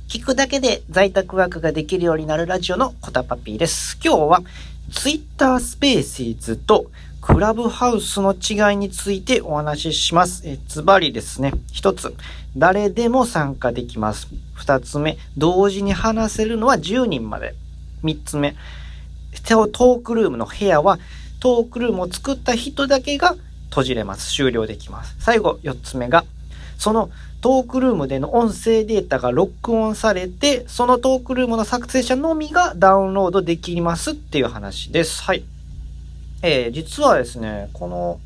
聞くだけで在宅ワークができるようになるラジオのコタパピーです。今日はツイッタースペーシーズとクラブハウスの違いについてお話しします。ズバリですね。一つ、誰でも参加できます。二つ目、同時に話せるのは10人まで。三つ目、トークルームの部屋はトークルームを作った人だけが閉じれます。終了できます。最後、四つ目が、そのトークルームでの音声データが録音されて、そのトークルームの作成者のみがダウンロードできますっていう話です。はい。実はですね、この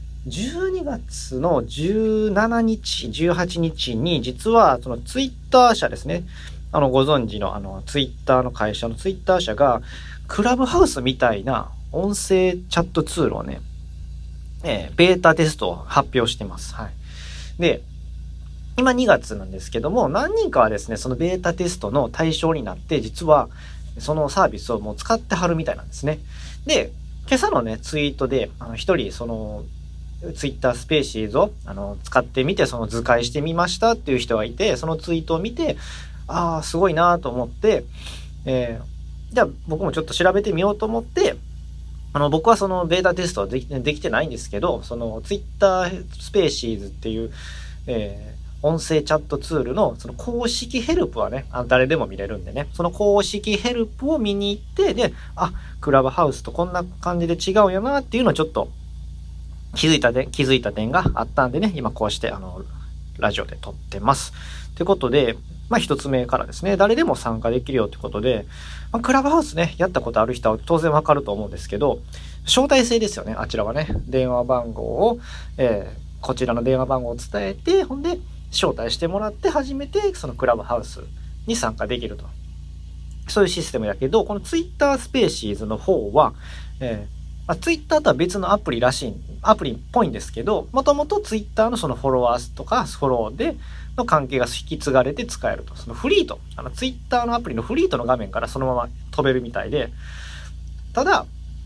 12月の17日、18日に、実はそのツイッター社ですね、ご存知のツイッターの会社のツイッター社が、クラブハウスみたいな音声チャットツールをね、ベータテストを発表してます。はい。で、今2月なんですけども、何人かはですね、そのベータテストの対象になって、実はそのサービスをもう使ってはるみたいなんですね。で、今朝のね、ツイートで、一人、その、ツイッタースペーシーズを、使ってみて、その図解してみましたっていう人がいて、そのツイートを見て、ああ、すごいなと思って、じゃあ僕もちょっと調べてみようと思って、僕はそのベータテストはできてないんですけど、そのツイッタースペーシーズっていう、音声チャットツールのその公式ヘルプはね、誰でも見れるんでね、その公式ヘルプを見に行って、で、クラブハウスとこんな感じで違うよなっていうのをちょっと気づいた点があったんでね、今こうしてラジオで撮ってます。ということで、一つ目からですね、誰でも参加できるよってことで、クラブハウスね、やったことある人は当然わかると思うんですけど、招待制ですよね、あちらはね。電話番号を、こちらの電話番号を伝えて、ほんで、招待してもらって初めてそのクラブハウスに参加できると。そういうシステムだけど、このツイッタースペーシーズの方は、ツイッターとは別のアプリっぽいんですけど、もともとツイッターのそのフォロワーとかフォローでの関係が引き継がれて使えると。そのフリート、ツイッターのアプリのフリートの画面からそのまま飛べるみたいで、ただ、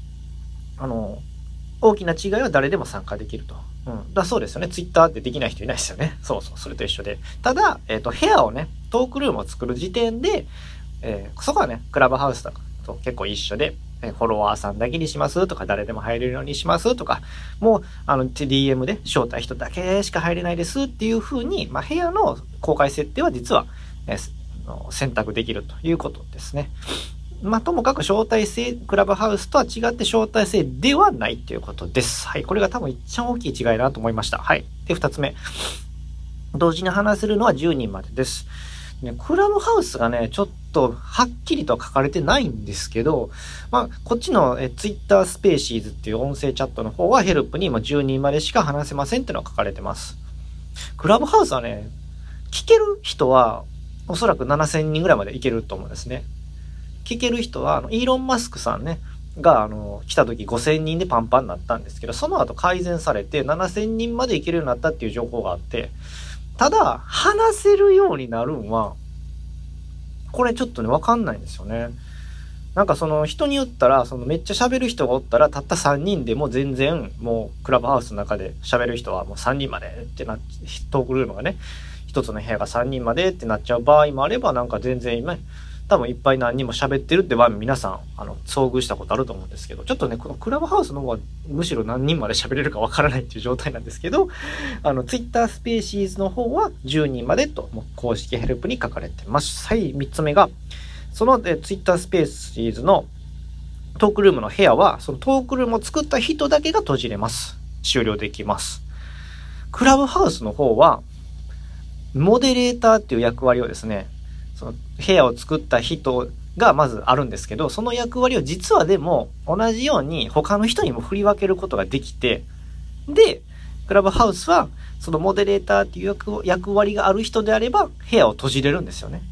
大きな違いは誰でも参加できると。だそうですよね。ツイッターってできない人いないですよね。そう、それと一緒で。ただ、部屋をね、トークルームを作る時点で、そこはね、クラブハウスと結構一緒で、フォロワーさんだけにしますとか、誰でも入れるようにしますとか、もう、DM で招待人だけしか入れないですっていう風に、部屋の公開設定は実は、選択できるということですね。ともかく招待制、クラブハウスとは違って招待制ではないということです。はい。これが多分一番大きい違いだなと思いました。はい。で、二つ目。同時に話せるのは10人までです。クラブハウスがね、ちょっとはっきりとは書かれてないんですけど、こっちのツイッタースペーシーズっていう音声チャットの方はヘルプにも10人までしか話せませんっていうのが書かれてます。クラブハウスはね、聞ける人はおそらく7000人ぐらいまでいけると思うんですね。聞ける人は、イーロン・マスクさんね、が、来た時5000人でパンパンになったんですけど、その後改善されて7000人までいけるようになったっていう情報があって、ただ、話せるようになるんは、これちょっとね、わかんないんですよね。なんかその人によったら、めっちゃ喋る人がおったら、たった3人でも全然、もうクラブハウスの中で喋る人はもう3人までってトークルームがね、一つの部屋が3人までってなっちゃう場合もあれば、なんか全然今、多分いっぱい何人も喋ってるって場合皆さん遭遇したことあると思うんですけど、ちょっとねこのクラブハウスの方はむしろ何人まで喋れるかわからないっていう状態なんですけど、ツイッタースペーシーズの方は10人までと公式ヘルプに書かれてます。はい、3つ目がそのツイッタースペーシーズのトークルームの部屋はそのトークルームを作った人だけが閉じれます。終了できます。クラブハウスの方はモデレーターっていう役割をですね、その部屋を作った人がまずあるんですけど、その役割を実はでも同じように他の人にも振り分けることができて、で、クラブハウスはそのモデレーターっていう役割がある人であれば部屋を閉じれるんですよね。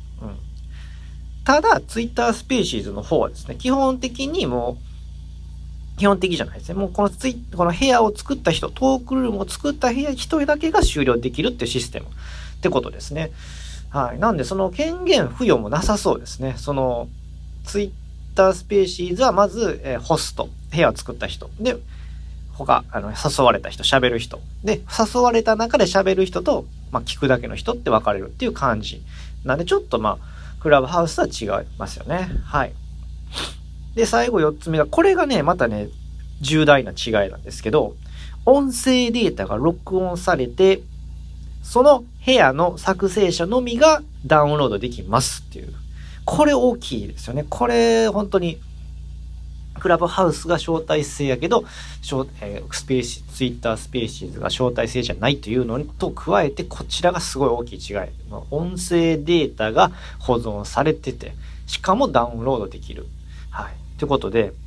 ただ、ツイッタースペーシーズの方はですね、基本的じゃないですね。もうこの部屋を作った人、トークルームを作った人だけが終了できるっていうシステムってことですね。はい。なんで、その権限付与もなさそうですね。その、ツイッタースペーシーズはまず、ホスト、部屋を作った人。で、誘われた人、喋る人。で、誘われた中で喋る人と、聞くだけの人って分かれるっていう感じなんでちょっとクラブハウスとは違いますよね。はい。で、最後4つ目が、これがね、またね、重大な違いなんですけど、音声データが録音されて、その部屋の作成者のみがダウンロードできますっていう。これ大きいですよね。これ本当にクラブハウスが招待制やけど、ツイッタースペーシーズが招待制じゃないというのと加えて、こちらがすごい大きい違い。音声データが保存されてて、しかもダウンロードできる。はい。ということで、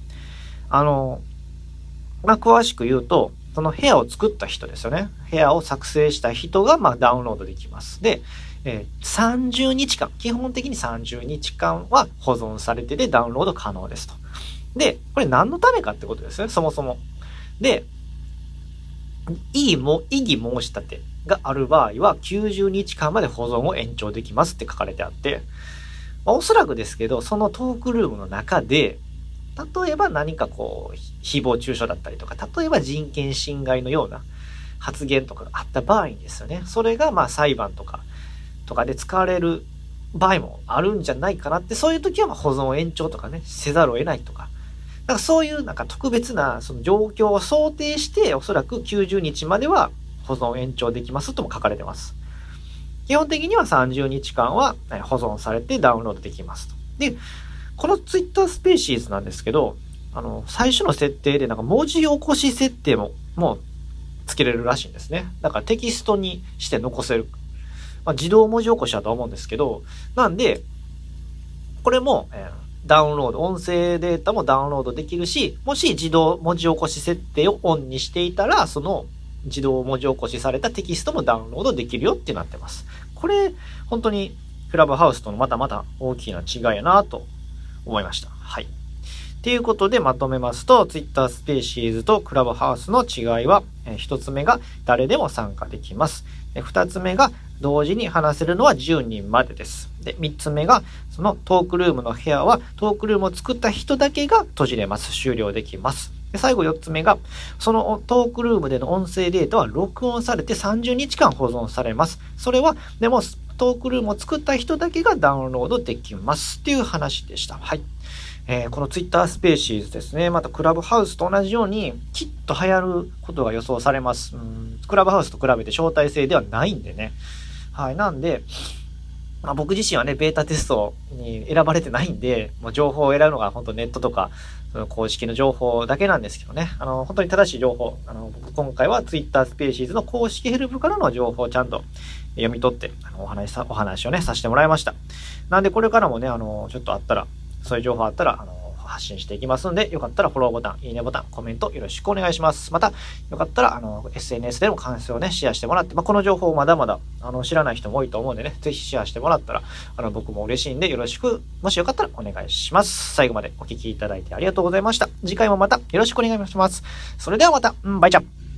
詳しく言うと、その部屋を作った人ですよね。部屋を作成した人がダウンロードできます。で、30日間、基本的に30日間は保存されててダウンロード可能ですと。で、これ何のためかってことですね、そもそも。で、異議申し立てがある場合は90日間まで保存を延長できますって書かれてあって、おそらくですけど、そのトークルームの中で、例えば何か誹謗中傷だったりとか、例えば人権侵害のような発言とかがあった場合にですよね、それが裁判とかで使われる場合もあるんじゃないかなって、そういう時は保存延長とかね、せざるを得ないとか、なんかそういう特別なその状況を想定して、おそらく90日までは保存延長できますとも書かれてます。基本的には30日間は保存されてダウンロードできますと。で、このツイッタースペーシーズなんですけど、最初の設定で文字起こし設定もつけれるらしいんですね。だからテキストにして残せる。自動文字起こしだと思うんですけど、なんで、これも、ダウンロード、音声データもダウンロードできるし、もし自動文字起こし設定をオンにしていたら、その自動文字起こしされたテキストもダウンロードできるよってなってます。これ、本当にクラブハウスとのまた大きな違いやなと思いました。はい。ということでまとめますと、Twitter スペーシーズとクラブハウスの違いは、一つ目が誰でも参加できます。二つ目が同時に話せるのは10人までです。で、三つ目がそのトークルームの部屋はトークルームを作った人だけが閉じれます。終了できます。で、最後4つ目が、そのトークルームでの音声データは録音されて30日間保存されます。それは、でもトークルームを作った人だけがダウンロードできますっていう話でした。はい。このツイッタースペーシーズですね。またクラブハウスと同じようにきっと流行ることが予想されます。クラブハウスと比べて招待制ではないんでね。はい。なんで、僕自身はね、ベータテストに選ばれてないんで、もう情報を選ぶのが本当ネットとか、その公式の情報だけなんですけどね。本当に正しい情報。僕今回は Twitter スペーシーズの公式ヘルプからの情報をちゃんと読み取って、お話をね、させてもらいました。なんでこれからもね、ちょっとあったら、そういう情報あったら、発信していきますんで、よかったらフォローボタン、いいねボタン、コメントよろしくお願いします。また、よかったら、SNS での感想をね、シェアしてもらって、この情報をまだまだ、知らない人も多いと思うんでね、ぜひシェアしてもらったら、僕も嬉しいんで、よろしく、もしよかったらお願いします。最後までお聞きいただいてありがとうございました。次回もまたよろしくお願いします。それではまた、バイチャ。